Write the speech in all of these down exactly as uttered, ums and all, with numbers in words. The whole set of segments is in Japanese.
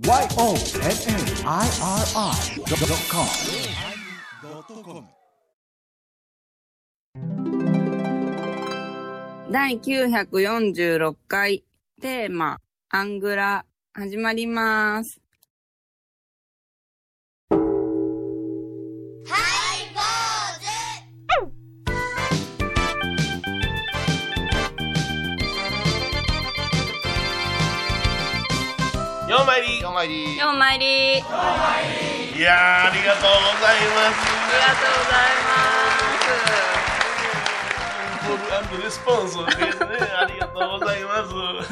ワイオーエヌエヌアイアールアイドットコムだいきゅうひゃくよんじゅうろっかいテーマアングラ始まります。 ようまいりようまいりようまいり。 いやーありがとうございます。 ありがとうございます。 コール&レスポンスですね。ありがとうございます。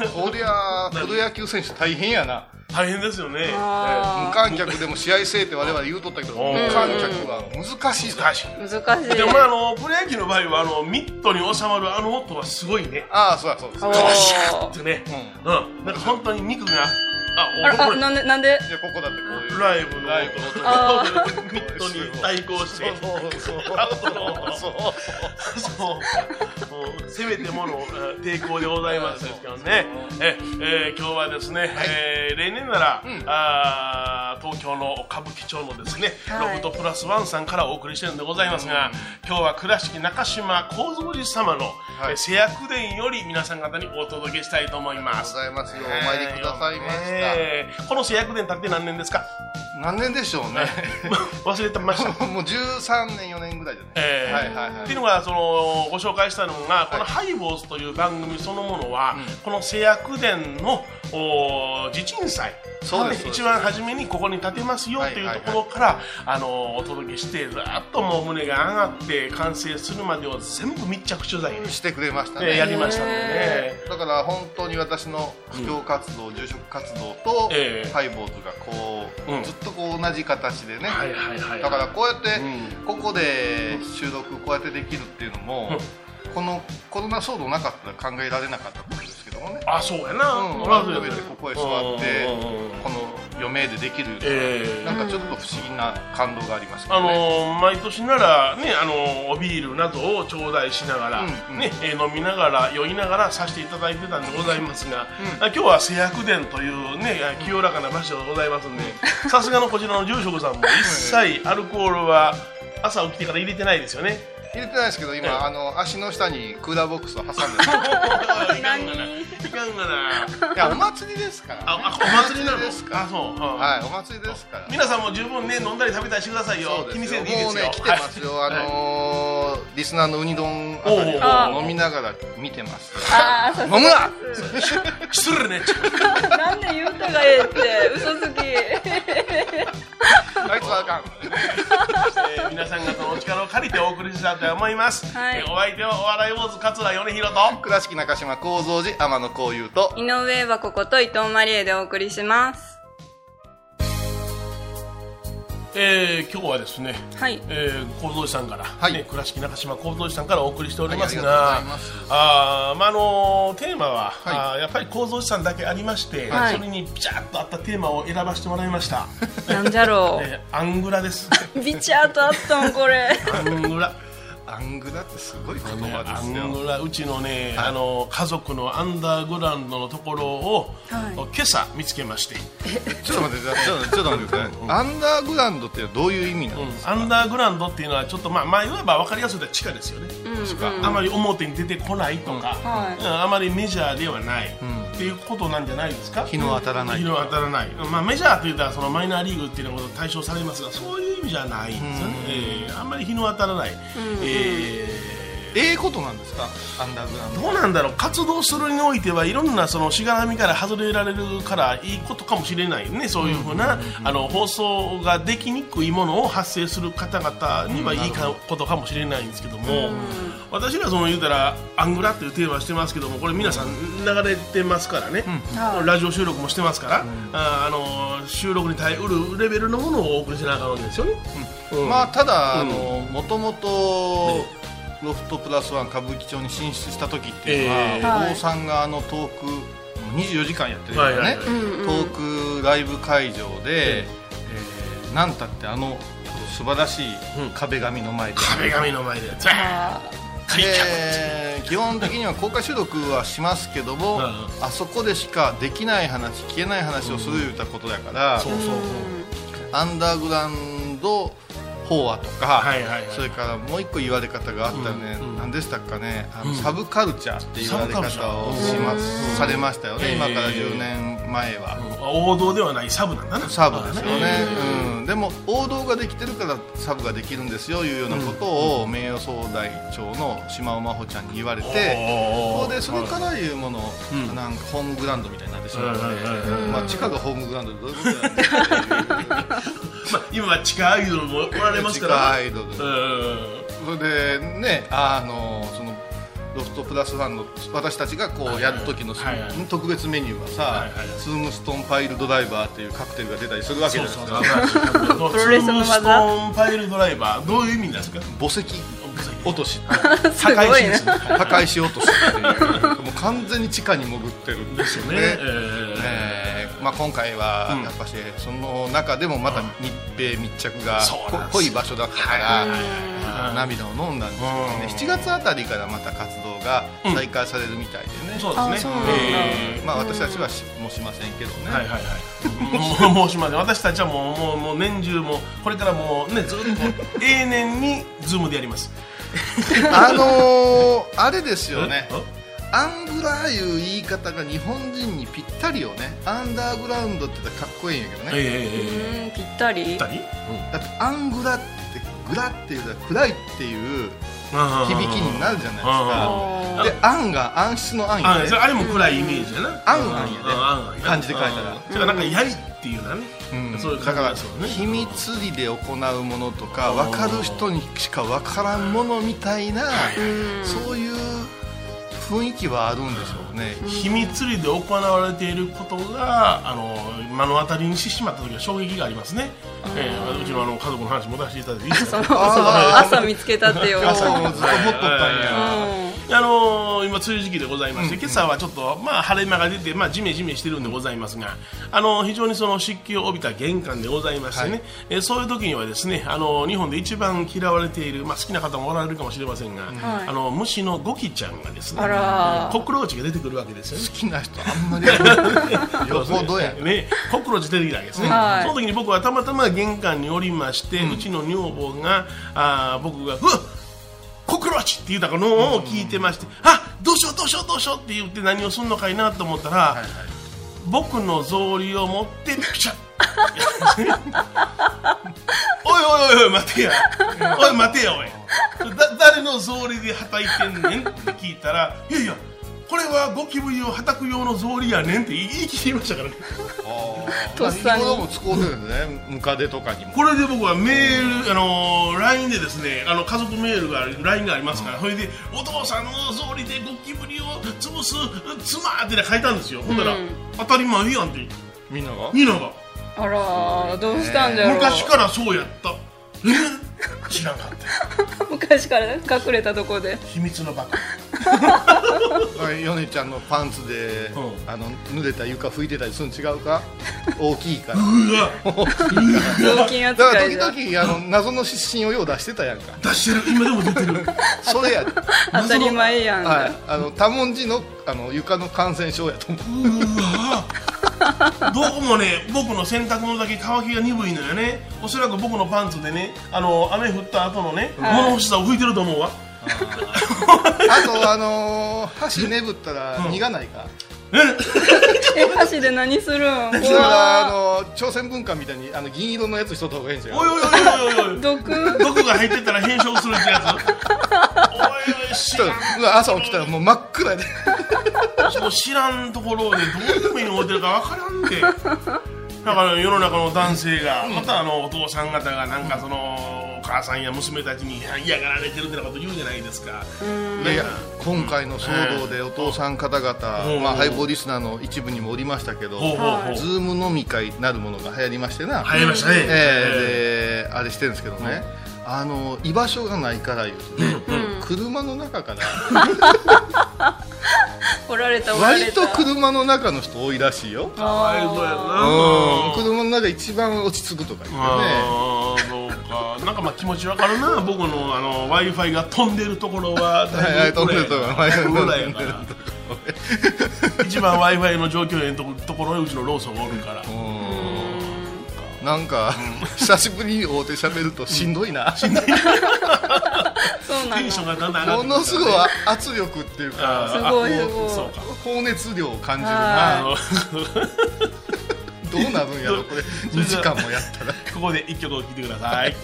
こりゃプロ野球選手大変やな。 大変ですよね。 無観客でも試合制って我々言うとったけど、無観客は難しい。 難しい。 難しい。 でもあのプロ野球の場合はあのミットに収まるあの音はすごいね。 ああ、そうだそうです。 ガシャッってね。うん。なんか本当に肉が。 あ、あ、なんでなんで？ でここだってこういうライブのライブの音ミットに対抗して、 そうアウトのそうそうせめてもの抵抗でございますけどね。ええ今日はですね、え例年ならあ東京の歌舞伎町のですねロフトプラスワンさんからお送りしてるんでございますが、今日は倉敷中島幸三寺様の施薬殿より皆さん方にお届けしたいと思います。 ございますよ。お参りくださいました。 えー、この施薬殿経って何年ですか？ 何年でしょうね。 忘れてました。 もうじゅうさんねんよねんぐらいじゃない。 えー、 はいはいはい。 っていうのがそのご紹介したのが、このハイボーズという番組そのものは、うん、この施薬殿の地鎮祭、 そうです、 一番初めにここに建てますよというところから、はいはいはい、あのお届けしてずっともう胸が上がって完成するまでを全部密着取材してくれましたね。 やりましたのでね。 だから本当に私の布教活動、うん、住職活動と、えー、ハイボーズがこう、うん、ずっとこう同じ形でね、はいはいはい、だからこうやって、うん、ここで収録こうやってできるっていうのも、うん、このコロナ騒動なかったら考えられなかったことですけどもね。 あ、そうやな。 うん、改めてここへ座ってこの余命でできる、えー、なんかちょっと不思議な感動がありますけどね。 あのー、毎年ならね、あのー、おビールなどを頂戴しながら、うんうん、ね、えー、飲みながら酔いながらさせていただいてたんでございますが、うん、今日は施薬殿というね清らかな場所でございますんで、さすがのこちらの住職さんも一切アルコールは朝起きてから入れてないですよね。 入れてないですけど、今、ええ、あの足の下にクーラーボックスを挟んでる。 いかんがないかんがな。 いや、お祭りですから、ね、 あ、お祭りなんですか。あ、そう、 はい、お祭りですから。 皆さんも十分ね飲んだり食べたりしてくださいよ。気にせんでいいですよ。 もうね来てますよ。はい、あのー、リスナーのウニ丼あたりを飲みながら見てます。 ああ、 飲むな。 失礼ね。 なんで言うたがええって嘘つき。 あいつはあかん。 えー、皆さん方のお力を借りてお送りしたいと思います。はい、えー、お相手はお笑い坊主桂米宏と倉敷中島幸三寺天野幸雄と井上はここと伊藤マリエでお送りします。 えー、今日はですね、 はい、 えー、幸三寺さんから、 はい、 ね、倉敷中島幸三寺さんからお送りしておりますが、 はい、 ああ、まあ、あのー、テーマは、はい、あやっぱり幸三寺さんだけありまして、はい、それにピチャッとあったテーマを選ばせてもらいました。 なんじゃろう、 えー、アングラです。 ビチャーとあったんこれ。 アングラ。 アングラってすごい言葉ですよ。 アングラ、うちのね、はい、あの家族のアンダーグラウンドのところを、はい、今朝見つけまして。 ちょっと待って、ちょっとちょっと待ってください。うん、アンダーグラウンドってどういう意味なんですか？ うん、アンダーグラウンドっていうのはちょっとまあまあ言えば分かりやすいのは地下ですよね。うんうん、あまり表に出てこないとか、うん、あまりメジャーではない、うん、っていうことなんじゃないですか。 日の当たらない。 日の当たらない。まあメジャーというとそのマイナーリーグっていうのが対象されますが、そういう意味じゃないんですよね。えー、あんまり日の当たらない。うん、えーええことなんですか、アンダーグラウンド。 どうなんだろう、活動するにおいてはいろんなそのしがらみから外れられるからいいことかもしれないね。そういうふうな、あの放送ができにくいものを発生する方々にはいいかことかもしれないんですけども、うん、私がその言うたらアングラっていうテーマしてますけども、これ皆さん流れてますからね、うん、ラジオ収録もしてますから、うん、ああの収録に耐えうるレベルのものをお送りしなあかんわけですよね。 うんうん、まあただ、うん、あのもともと、ね、ロフトプラスワン歌舞伎町に進出した時っていうのは、えー、お坊さんがあのトークにじゅうよじかんやってるからね、はいはいはい、トークライブ会場で、えー、なんたってあの素晴らしい壁紙の前で、 壁紙の前でで基本的には公開収録はしますけども、うん、あそこでしかできない話聞けない話をするといったことだから、うん、そうそうそうアンダーグラウンド法話とか、はいはいはい、それからもう一個言われ方があったね、うんうん、何でしたかねあの、うん、サブカルチャーって言われ方をします、うん、されましたよね、今からじゅうねんまえは、 うん、王道ではないサブなんだなサブですよね、うん、でも王道ができてるからサブができるんですよいうようなことを、うん、名誉総代長の島尾真帆ちゃんに言われて、それでそれからいうもの、うん、なんかホームグラウンドみたいになってしまうので、うんまあ、地下がホームグラウンドでどういうことなんですかまあ、今は地下アイドルもおられますから、 地下アイドル、うん、それでねあのそのロフトプラスワンの私たちがこうやる時の特別メニューはさ、はいはいはい、スームストーンパイルドライバーっていうカクテルが出たりするわけですから、 スームストーンパイルドライバーどういう意味なんですか？ 墓石落とし墓石ですね墓石落としっていうもう完全に地下に潜ってるんですよね、えーえーまあ、今回はやっぱしその中でもまた密閉密着が濃い場所だったから、はい、涙を飲んだんですけどね、しちがつあたりからまた活動が再開されるみたいでね、うん、そうですね、えーまあ、私たちはしもしませんけどね、はいはいはい、もうしません。私たちはもう、もう、もう年中もこれからもうねずっと永遠にズームでやりますあのー、あれですよね、アングラーいう言い方が日本人にぴったりよね。アンダーグラウンドって言ったらかっこいいんやけどね、 えー、うんぴったり、うん、 だってアングラってグラっていうのは暗いっていう響きになるじゃないですか。でアンが暗室のアンやね、 あれも暗いイメージやな、 アンアンやね、漢字で書いたらそれがなんか槍っていうのはね、うん、そういう感じですよね。 秘密裏で行うものとか分かる人にしか分からんものみたいな、そういう雰囲気はあるんでしょうね。 秘密裏で行われていることがあの目の当たりにしてしまった時は衝撃がありますね。えー、うちのあの家族の話も出していただいていいですか？ 朝見つけたってよ朝ずっと持っとったんや。あのー、今梅雨時期でございまして、うん、今朝はちょっと、まあ、晴れ間が出て、まあ、ジメジメしてるんでございますが、あのー、非常にその湿気を帯びた玄関でございましてね、はい、えー、そういう時にはですね、あのー、日本で一番嫌われている、まあ、好きな方もおられるかもしれませんが、うん、あの虫のゴキちゃんがですね、コクローチが出てくるわけですよね。 好きな人あんまりよほどやね、コクローチ出てきたわけですね、はい、その時に僕はたまたま玄関におりまして、うん、うちの女房があ僕がうわっコクローチって言ったのを聞いてまして、うん、あどうしようどうしようどうしようって言って何をするのかいなと思ったら、はいはい、僕の草履を持ってピシャッおいおいおい待てやおい待てやおいだ誰の草履ではたいてんねんって聞いたら、いやいやこれはゴキブリをはたく用の草履やねんって言い切りましたからね。 とっさにも使うてるんですね、ムカデとかにも。 これで僕はメール、あのー、ライン でですね、あの家族メールが ライン がありますから、うん、それでお父さんの草履でゴキブリを潰す妻って書いたんですよ。ほんなら、うん、当たり前やんってみんながみんながあらどうしたんだろう。 昔からそうやった知らんかった昔から隠れたとこで秘密のバカヨネちゃんのパンツで、うん、あの濡れた床拭いてたりするの違うか大きいからうわ雑巾扱いだから時々あの謎の湿疹をよう出してたやんか。 出してる、今でも出てるそれや当たり前やん、 はい、あの多文字の、あの床の感染症やと思う。うわどうもね、僕の洗濯物だけ乾きが鈍いのよね。おそらく僕のパンツでね、あの雨降った後のね、はい、物干しさを拭いてると思うわ。 あとあのー、箸眠ったら苦ないか、 うん、 え箸で何するん？だからあのー、朝鮮文化みたいにあの銀色のやつしとった方がいいんですよ。 おいおいおいおいおい毒毒が入ってたら変色するってやつ。おいおい知らん。 朝起きたらもう真っ暗でその知らんところでどういう目に思ってるかわからんでだから世の中の男性がまたあのお父さん方がなんかそのお母さんや娘たちに嫌がられてるってなこと言うじゃないですか。 いやいや今回の騒動でお父さん方々、まあ、ハイボーリスナーの一部にもおりましたけど、ズーム飲み会なるものが流行りましてな。 流行りましたね、 えー、であれしてるんですけどね、あの居場所がないから言うとね、うん、車の中から掘られた掘られた割と車の中の人多いらしいよ。 かわいそうやな、うん、 車の中一番落ち着くとか言ってね。 あそうかなんかまあ気持ちわかるな。僕のあの Wi-Fi が飛んでるところはだいぶぐらいやから一番 Wi-Fi の状況のところにうちのローソンがおるから。 なんか、うん、久しぶりに会うて喋るとしんどいな、うん、しんどいなそうなんテンションがだんだん上がってくるから、ね、 ものすごい圧力っていうかすごいすごいそうか高熱量を感じるなどうなるんやろこれにじかんもやったらここでいっきょくを聴いてください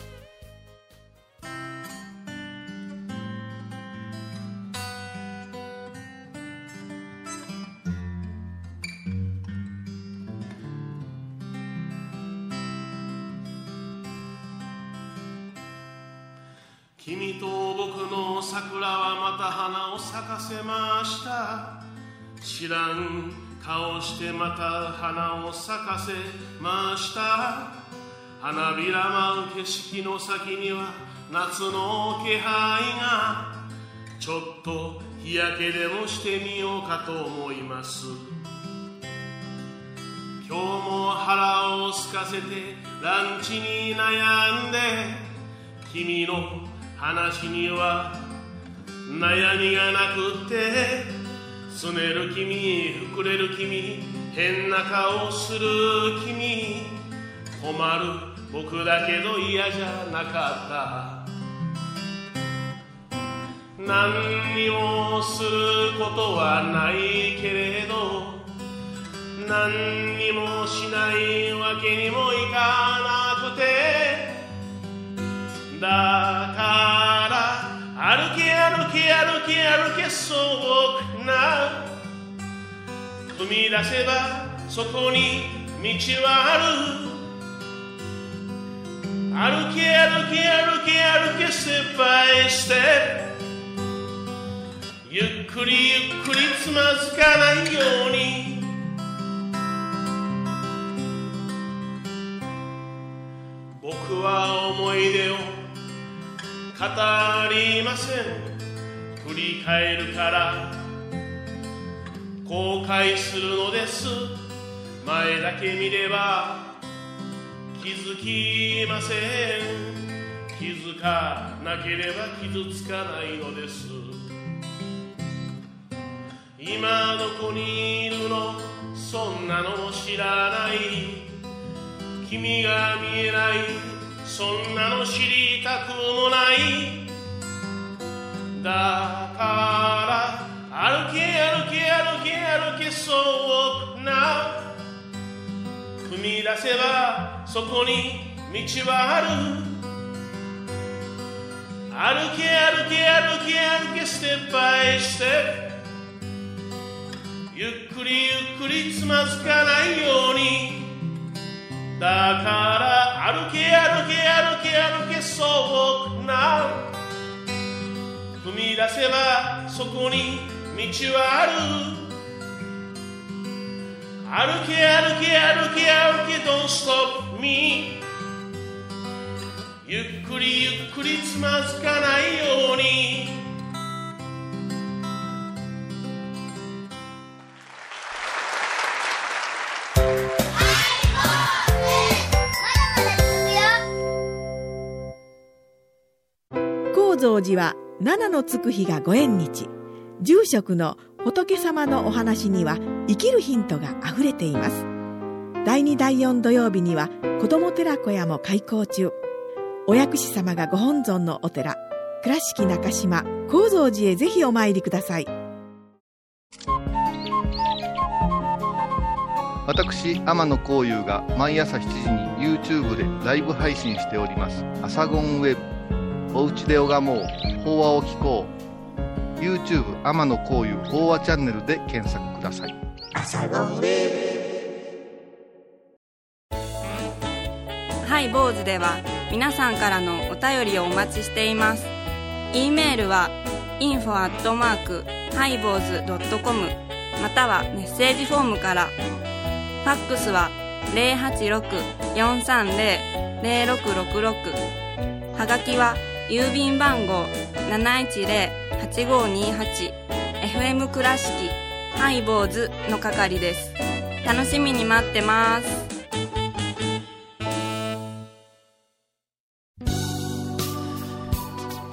君と僕の桜はまた花を咲かせました。知らん顔してまた花を咲かせました。花びら舞う景色の先には夏の気配が、ちょっと日焼けでもしてみようかと思います。今日も腹を空かせてランチに悩んで、君の話には悩みがなくて、すねる君、膨れる君、変な顔する君、困る僕だけど嫌じゃなかった。何にもすることはないけれど、何にもしないわけにもいかなくて、だから歩け歩け歩け歩けそうな、踏み出せばそこに道はある。歩け歩け歩け歩けステップバイステップ、ゆっくりゆっくりつまずかないように。僕は思い出を語りません。振り返るから後悔するのです。前だけ見れば気づきません。気づかなければ傷つかないのです。今どこにいるの、そんなの知らない。君が見えない、そんなの知りたくもない。だから歩け歩け歩け歩けそうな、踏み出せばそこに道はある。歩け歩け歩け歩けステップバイステップ、ゆっくりゆっくりつまずかないように。だから歩け歩け歩け歩けそうな、踏み出せばそこに道はある。歩け歩け歩け歩け Don't stop me、 ゆっくりゆっくりつまずかないように。 高蔵寺は七のつく日がご縁日。住職の仏様のお話には生きるヒントがあふれています。だいにだいよん土曜日には子ども寺小屋も開校中。お薬師様がご本尊のお寺、倉敷中島・高蔵寺へぜひお参りください。 私天野幸雄が毎朝しちじに YouTube でライブ配信しておりますアサゴンウェブ、おうちで拝もう法話を聞こう、 YouTube 天野幸雄法話チャンネルで検索ください。 ハイボーズでは皆さんからのお便りをお待ちしています。 E メールは インフォ アットマーク ハイボーズ ドットコム またはメッセージフォームから。ファックスは ゼロはちろく よんさんゼロ ゼロろくろくろく、はがきは郵便番号 なないちゼロ はちごにはち エフエム 倉敷ハイボーズの係です。楽しみに待ってます。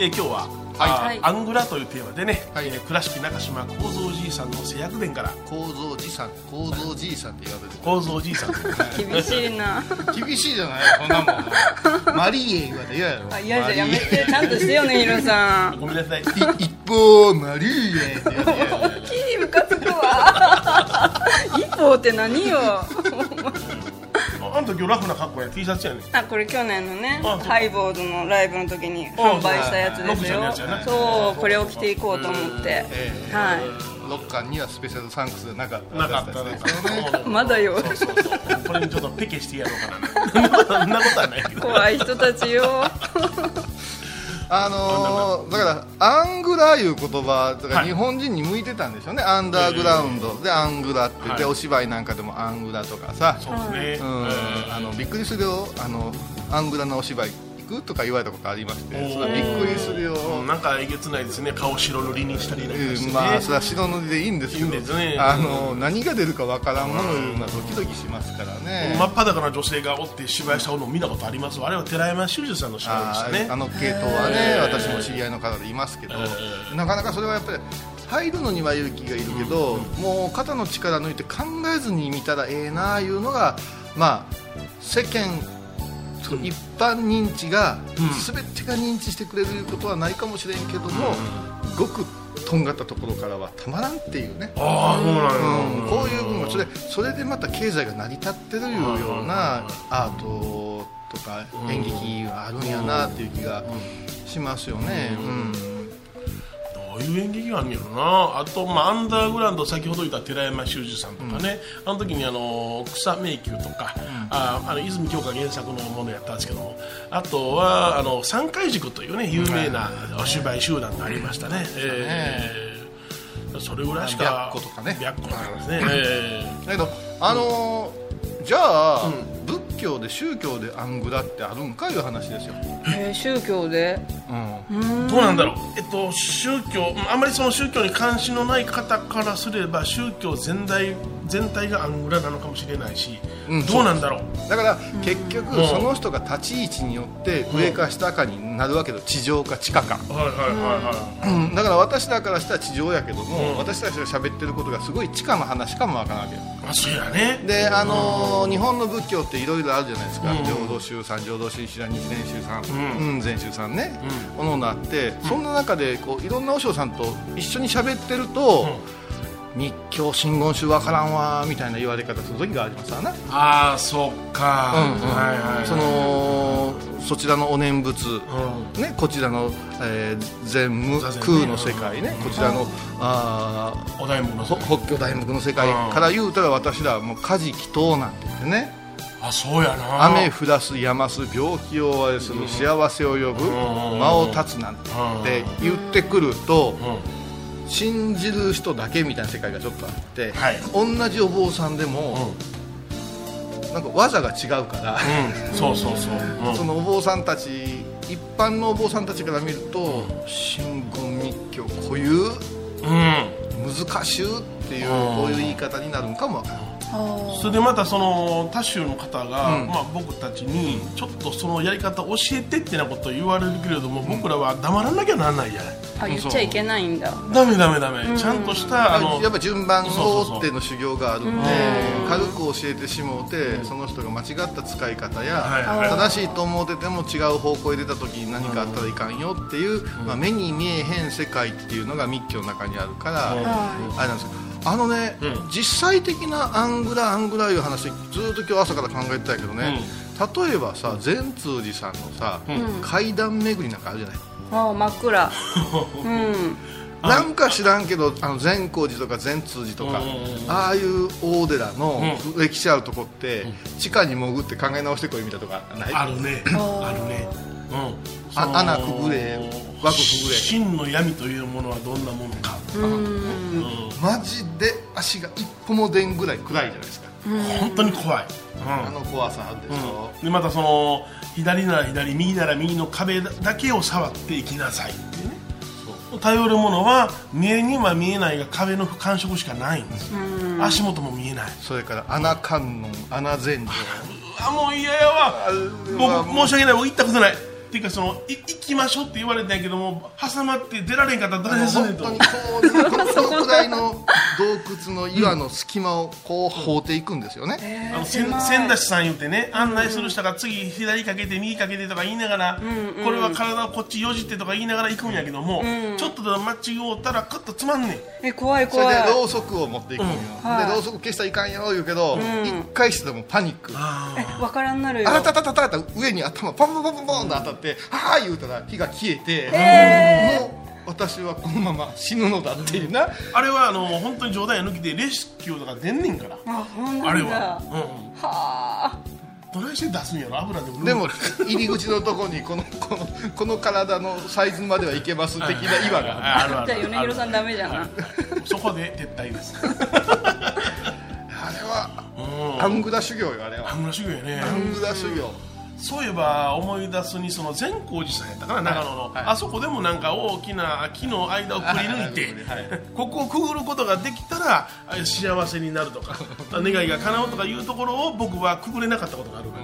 えー、今日は、はい、アングラというテーマでね、はい、えー、倉敷中島幸三じいさんの製薬伝から。 幸三じいさん、幸三じいさんって言われる。 幸三じいさん厳しいな。 厳しいじゃないこんなもん。マリエ言われ嫌やろ。 あ、嫌じゃやめて、ちゃんとしてよね、ヒロさん。 ごめんなさい。 一方マリエって言われる。 大きいムカつくわ。一方って何よ。 あんた今日ラフな格好や T シャツやね。 あ、これ去年のねハイボーズのライブの時に販売したやつですよ。そう、これを着ていこうと思って、はい。 ロッカーにはスペシャルサンクスでなかったなかったね。 まだよ。 そうそうそう、これにちょっとペケしてやろうかな。そんなことはないけど。 怖い人たちよ。 あのー、だからアングラいう言葉とか日本人に向いてたんでしょうね、はい、アンダーグラウンドでアングラって言って、はい、お芝居なんかでもアングラとかさ、 そうですね、うん、 あのびっくりするよ、あのアングラのお芝居行くとか言われたことありまして、それはびっくりするよ、 うん、なんかえげつないですね、顔白塗りにしたりなんかして、ね、 まあそれは白塗りでいいんですけど、いいんですね、あの何が出るかわからんものいうのはドキドキしますからね。 真っ裸な女性がおって芝居したのを見たことあります。あれは寺山修司さんの芝居でしたね。 あ, あの系統はね、私も知り合いの方でいますけど、なかなかそれはやっぱり入るのには勇気がいるけど、うん、もう肩の力抜いて考えずに見たらええなあいうのが、まあ世間一般認知が、うん、全てが認知してくれることはないかもしれんけども、うん、ごくとんがったところからはたまらんっていうね、 あ、そうなんうん、こういう部分それそれでまた経済が成り立ってるいうようなアートとか演劇があるんやなっていう気がしますよね。うん、 どういう演劇があるんやろな。あと、まあ、アンダーグラウンド、先ほど言った寺山修司さんとかね、うん、あの時にあの草迷宮とか、うん、ああの泉鏡花原作のものやったんですけども、あとはあの三階塾というね有名なお芝居集団がありましたね、うん、えー、それぐらいしか。 白虎とかね、 白虎とかですね、えー、 だけどあのー、じゃあ、うん、仏教で宗教でアングラってあるんかいう話ですよ。 えー、宗教で、 うん、どうなんだろう、えっと、宗教、あんまりその宗教に関心のない方からすれば宗教全体全体がアングラなのかもしれないし、うん、どうなんだろう。 だから結局、うん、その人が立ち位置によって上か下かになるわけど、地上か地下か、はいはいはいはい、うん、だから私らからしたら地上やけども、うん、私たちが喋ってることがすごい地下の話かもわからんわけよ。 あ、そうやね。 で、あのー、日本の仏教っていろいろあるじゃないですか、うん、浄土宗さん、浄土真宗さん、日蓮宗さん、うん、禅宗さんね、ものがあって、そんな中でこういろんな和尚さんと一緒に喋ってると、うん、密教真言宗わからんわみたいな言われ方する時がありますわね。 ああ、そっか、うんうん、はいはいはい、 そのそちらのお念仏、うん、ね、こちらの、えー、禅無空の世界ね、うん、こちらの、うん、あお題目の法華題目の世界から言うたら、私らはもう家事祈祷なんて言ってね、 あ、そうやな、 雨降らすやます病気を終わりする、うん、幸せを呼ぶ、うん、間を断つなんて言ってくると、うん、信じる人だけみたいな世界がちょっとあって、はい、同じお坊さんでも、うん、なんか技が違うから、 うん、そうそうそう、 うん、そのお坊さんたち、一般のお坊さんたちから見ると、うん、真言密教こういう、うん、難しゅうっていう、うん、こういう言い方になるんかもわからない。 それでまたその他宗の方が、うん、まあ、僕たちにちょっとそのやり方教えてってなことを言われるけれども、うん、僕らは黙らなきゃならないじゃない。 あ、言っちゃいけないんだ。 ダメダメダメ、うん、ちゃんとしたあのやっぱ順番を追っての修行があるんで、軽く教えてしもうて、うん、その人が間違った使い方や、はい、正しいと思ってても違う方向へ出た時に何かあったらいかんよっていう、うん、まあ、目に見えへん世界っていうのが密教の中にあるから、うん、あれなんですけど、あのね、うん、実際的なアングラアングラいう話ずっと今日朝から考えてたけどね、うん、例えばさ、善通寺さんのさ、うん、階段巡りなんかあるじゃない。 ああ、真っ暗、うん、 なんか知らんけど、あの善光寺とか善通寺とか、ああいう大寺の歴史あるとこって、うん、地下に潜って考え直してこいみたいなとかない？ あるね、あるね、うん、 あ、穴くぐれ枠くぐれ、 真の闇というものはどんなものか、うん、うん、 マジで足が一歩も出んぐらい暗いじゃないですか。 本当に怖い、 うん、あの怖さあるでしょ、 うん、でまたその左なら左、右なら右の壁だけを触っていきなさいっていうね。そう、頼るものは目には見えないが壁の感触しかないんですよ。足元も見えない。 それから穴観音、穴禅定、 あ、もう嫌やわ。僕申し訳ない、僕行ったことない。 っていうかそのい行きましょうって言われたんやけども挟まって出られんかったら誰ですねと本当にこうこのくらいの洞窟の岩の隙間をこう掘っていくんですよね、 うん、あの千千田さん言ってね案内する人が次左かけて右かけてとか言いながら、うん、これは体をこっちよじってとか言いながら行くんやけども、うん、ちょっとで間違うたらカッとつまんねん。 え怖い怖い。 それでろうそくを持っていくんよ、うんはい、でろうそく消したらいかんよ言うけど、うん、一回してもパニック。 え分からんなるよ。 あたたたたた上に頭ポンポンポンポンポンと当たってはぁ言うたら火が消えて、もう私はこのまま死ぬのだっていうな、うん、 あれはあの本当に冗談や抜きでレスキューとか出んねんから。 あほんなんだ。 あれは、うん、 はあどないして出すんやろ油でも。 でも入り口のとこにこのこのこの体のサイズまではいけます的な岩があるある。 じゃあ米広さんダメじゃん。 そこで撤退です。 あれはアングラ修行よ。あれはアングラ修行やね。 アングラ修行。 そういえば思い出すにその善光寺さんやったかな、長野の、はいはい、あそこでもなんか大きな木の間をくり抜いて、はい、ここをくぐることができたら幸せになるとか願いが叶うとかいうところを僕はくぐれなかったことがあるから、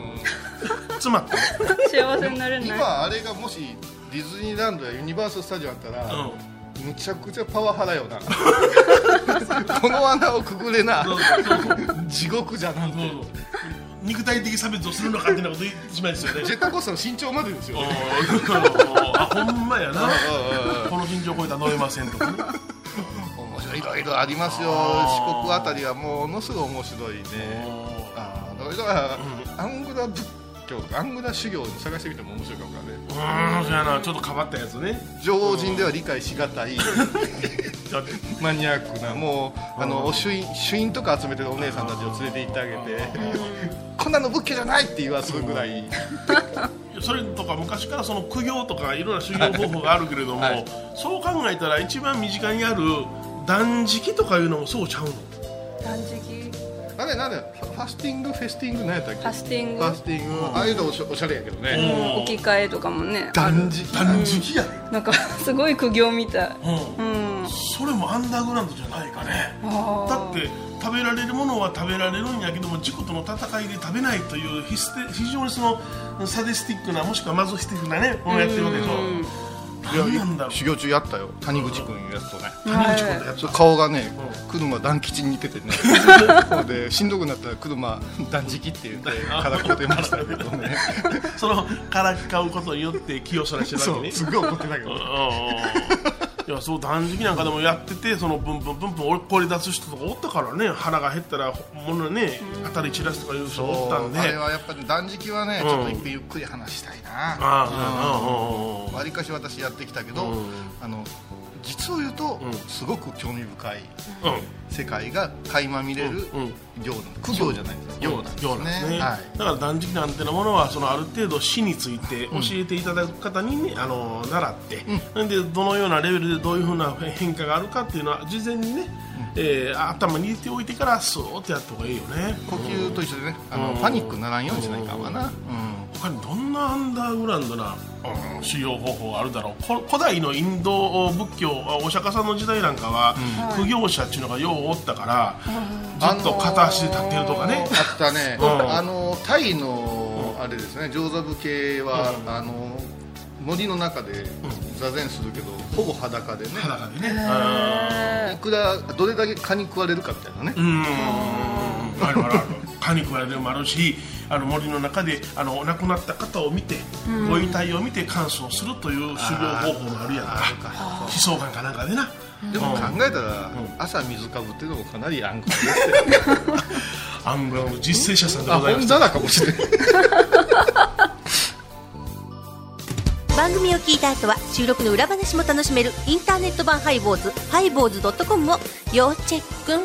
うん、つまって幸せになれない。 今あれがもしディズニーランドやユニバーサルスタジオあったら、うんむちゃくちゃパワハラよな。この穴をくぐれな。地獄じゃなくて肉体的差別をするのかっていうこと言ってしまいですよね。 ジェットコースターの身長までですよ、ね、 あほんまやな。この身長超えたら乗れませんとかね。 面白いいろいろありますよ。四国あたりはものすごい面白いね。あだから、うん、アングラ仏教とかアングラ修行に探してみても面白いかもからね。 うーんそうやな。ちょっと変わったやつね。 常人では理解しがたいマニアックなもうあのお朱印朱印とか集めてるお姉さんたちを連れて行ってあげてこんなの仏教じゃないって言わするぐらい。 それとか昔からその苦行とかいろんな修行方法があるけれども、はい、そう考えたら一番身近にある断食とかいうのもそうちゃうの。 断食あれなんだよファスティングフェスティング何やったっけ。 ファスティングファスティング、うん、ああいうのおしゃ、おしゃれやけどね、 うん、置き換えとかもね。 断食断食やね、 うん、なんかすごい苦行みたい、 うんうん、それもアンダーグラウンドじゃないかね。だって食べられるものは食べられるんやけども自己との戦いで食べないという非常にそのサディスティックなもしくはマゾヒスティックなねものをやってるわけでしょ。 修行中やったよ谷口君いうやつとね。 谷口君とやった。 顔がね、うん、車団吉に似ててねでしんどくなったら車断食って言ってからこう出ましたけどね。 そのからかうことによって気をそらしてるわけね。 そうすごい怒ってたけどいやそう断食なんかでもやっててそのブンブンブンブン怒り出す人とかおったからね。腹が減ったら物ね当たり散らすとかいう人おったんで。 あれはやっぱり断食はね、うん、ちょっと一遍ゆっくり話したいな。わりかし私やってきたけど、うん、あの実を言うと、うん、すごく興味深い、うん、世界が垣間見れる行の苦行じゃないですか。行なんですね。はい、 だから断食なんてのものはそのある程度死について教えていただく方に、ね、あの習って、うん、でどのようなレベルでどういうふうな変化があるかっていうのは事前にね、うんえー、頭に入れておいてからスーッとやった方がいいよね。 呼吸と一緒でね、あのパニックならんようにしないかもな。うん、 他にどんなアンダーグラウンドな、うん、修行方法があるだろう。古代のインド仏教お釈迦さんの時代なんかは、うん、苦行者っていうのがようおったから、うん、ずっと片足で立ってるとかね、 あのー、あったね、うん、あのタイのあれですね上座部系は、うん、あの森の中で座禅するけど、ほぼ裸でね。 裸でね。 いくらどれだけ蚊に食われるかみたいなね。 うん。あるあるある。蚊に食われるのもあるし、あの森の中であの亡くなった方を見て、ご遺体を見て観想するという修行方法もあるやんか。悲壮感かなんかでな。 でも考えたら、うん、朝水かぶっていうのもかなりアングラですよ。 アングラの実践者さんでございます。 あ、本棚かもしれない。 番組を聞いた後は収録の裏話も楽しめるインターネット版ハイボーズハイボーズドットコムを要チェック。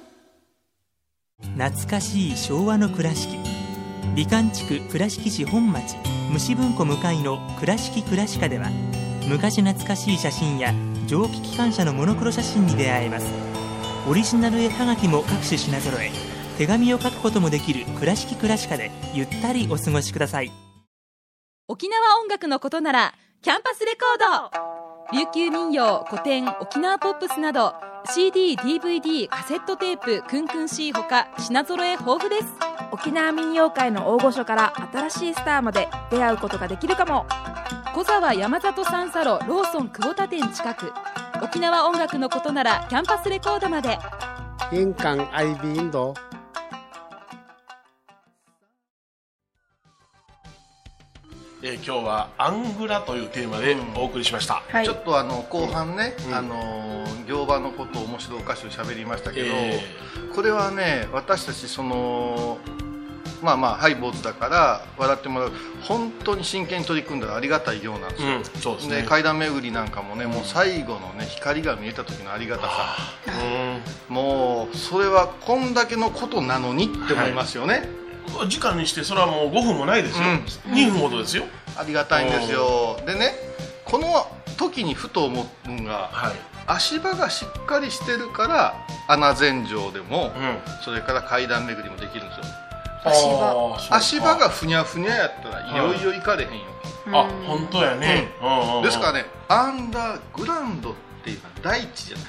懐かしい昭和の倉敷、美観地区倉敷市本町虫文庫向かいの倉敷倉歯科では昔懐かしい写真や蒸気機関車のモノクロ写真に出会えます。オリジナル絵はがきも各種品揃え、手紙を書くこともできる倉敷倉歯科でゆったりお過ごしください。 沖縄音楽のことならキャンパスレコード、琉球民謡、古典、沖縄ポップスなど シーディー、ディーブイディー、カセットテープ、クンクン C ほか品揃え豊富です。 沖縄民謡界の大御所から新しいスターまで出会うことができるかも。 小沢山里三佐路ローソン久保田店近く。沖縄音楽のことならキャンパスレコードまで。 印港 アイビー インド。 えー、今日はアングラというテーマでお送りしました、 うんはい、ちょっとあの後半ね、うん、あの行場のことを面白おかしく喋りましたけど、えー、これはね私たちそのまあまあハイボーズだから笑ってもらう本当に真剣に取り組んだらありがたいようなんですよ、うん、そうですね、で階段巡りなんかもね、うん、もう最後のね光が見えた時のありがたさ、うん、もうそれはこんだけのことなのにって思いますよね、はい時間にしてそれはもうごふんもないですよ、うん、にふんほどですよ。 ありがたいんですよ。でねこの時にふと思うのが、はい、足場がしっかりしてるから穴禅定でも、うん、それから階段巡りもできるんですよ。足場足場がふにゃふにゃやったらいよいよ行かれへんよ、 うん、あ本当やね、 うん、ですからねアンダーグラウンドっていうのは大地じゃない。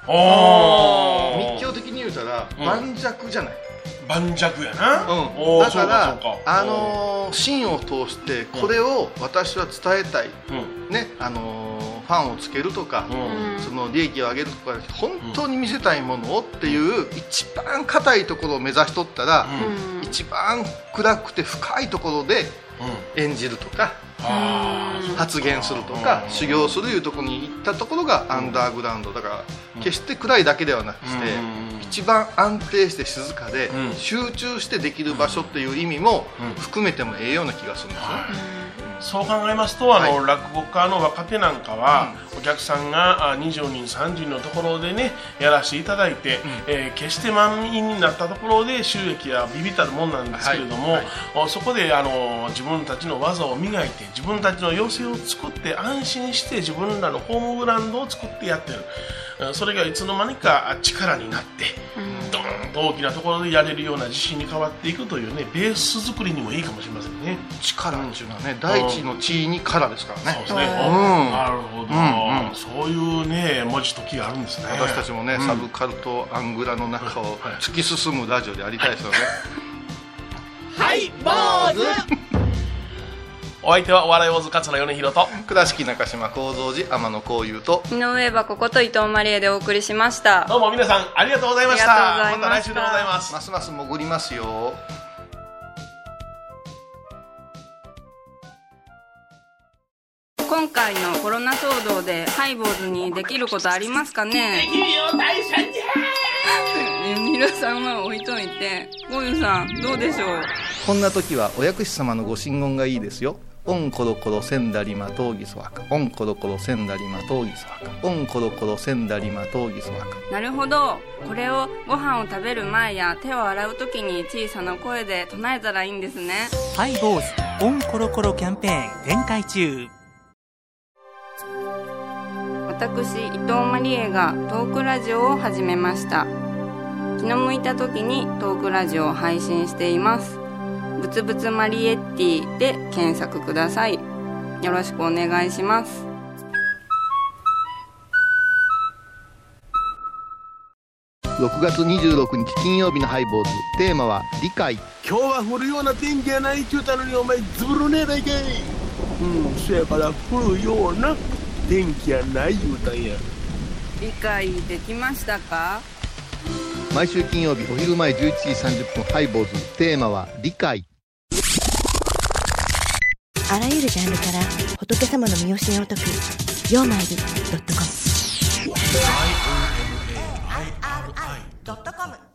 密教的に言うたら盤石じゃない、 盤石やな、 うん、だからあのー、芯を通してこれを私は伝えたい、うん、ねあのー、ファンをつけるとか、うん、その利益を上げるとか本当に見せたいものをっていう一番硬いところを目指しとったら、うん、一番暗くて深いところで演じるとか、うん、発言するとか、うん、修行するいうところに行ったところがアンダーグラウンドだから、うん、決して暗いだけではなくて、うん、一番安定して静かで、うん、集中してできる場所っていう意味も含めてもええような気がするんですよ、うんそう考えますとあの、はい、落語家の若手なんかは、うん、お客さんがにじゅうにんさんじゅうにんのところでねやらせていただいて、うんえー、決して満員になったところで収益はビビたるもんなんですけれども、はいはい、そこであの自分たちの技を磨いて自分たちの寄席を作って安心して自分らのホームグラウンドを作ってやってるそれがいつの間にか力になって、うん、ドーンと大きなところでやれるような自信に変わっていくというねベース作りにもいいかもしれませんね。 力っていうのはね、うん、大地の地にからですからね。 そうですね、うん、なるほど、うんうん、そういうね文字と木があるんですね。 私たちもね、うん、サブカルとアングラの中を突き進むラジオでありたいですよね。 はい坊主お相手はお笑い大津勝野米広と倉敷中島幸三寺天野幸雄と井上はここと伊藤マリエでお送りしました。 どうも皆さんありがとうございました。また来週でございます。 ますます潜りますよ。 今回のコロナ騒動でハイボーズにできることありますかね。 できるよ大社じゃー。皆さんは置いといてゴユさんどうでしょう。 こんな時はお薬師様のご神言がいいですよ。オンコロコロセンダリマトウギソワカオンコロコロセンダリマトウギソワカオンコロコロセンダリマトウギソワカ。 なるほど。これをご飯を食べる前や手を洗う時に小さな声で唱えたらいいんですね。 ハイボーズオンコロコロキャンペーン展開中。 私伊藤マリエがトークラジオを始めました。気の向いた時にトークラジオを配信しています。ぶつぶつマリエッティで検索ください。よろしくお願いします。 ろくがつにじゅうろくにち金曜日のハイボーズテーマは理解。 今日は降るような天気やないって言ったのにお前ズブルねえだいけい。うんそやから降るような天気やない言うたんや。 理解できましたか。 毎週金曜日お昼前じゅういちじさんじゅっぷんハイボーズテーマは理解。 あらゆるジャンルから仏様の身教えを説く曜マイルドットコム アイオーエムエーアイアールアイドットコム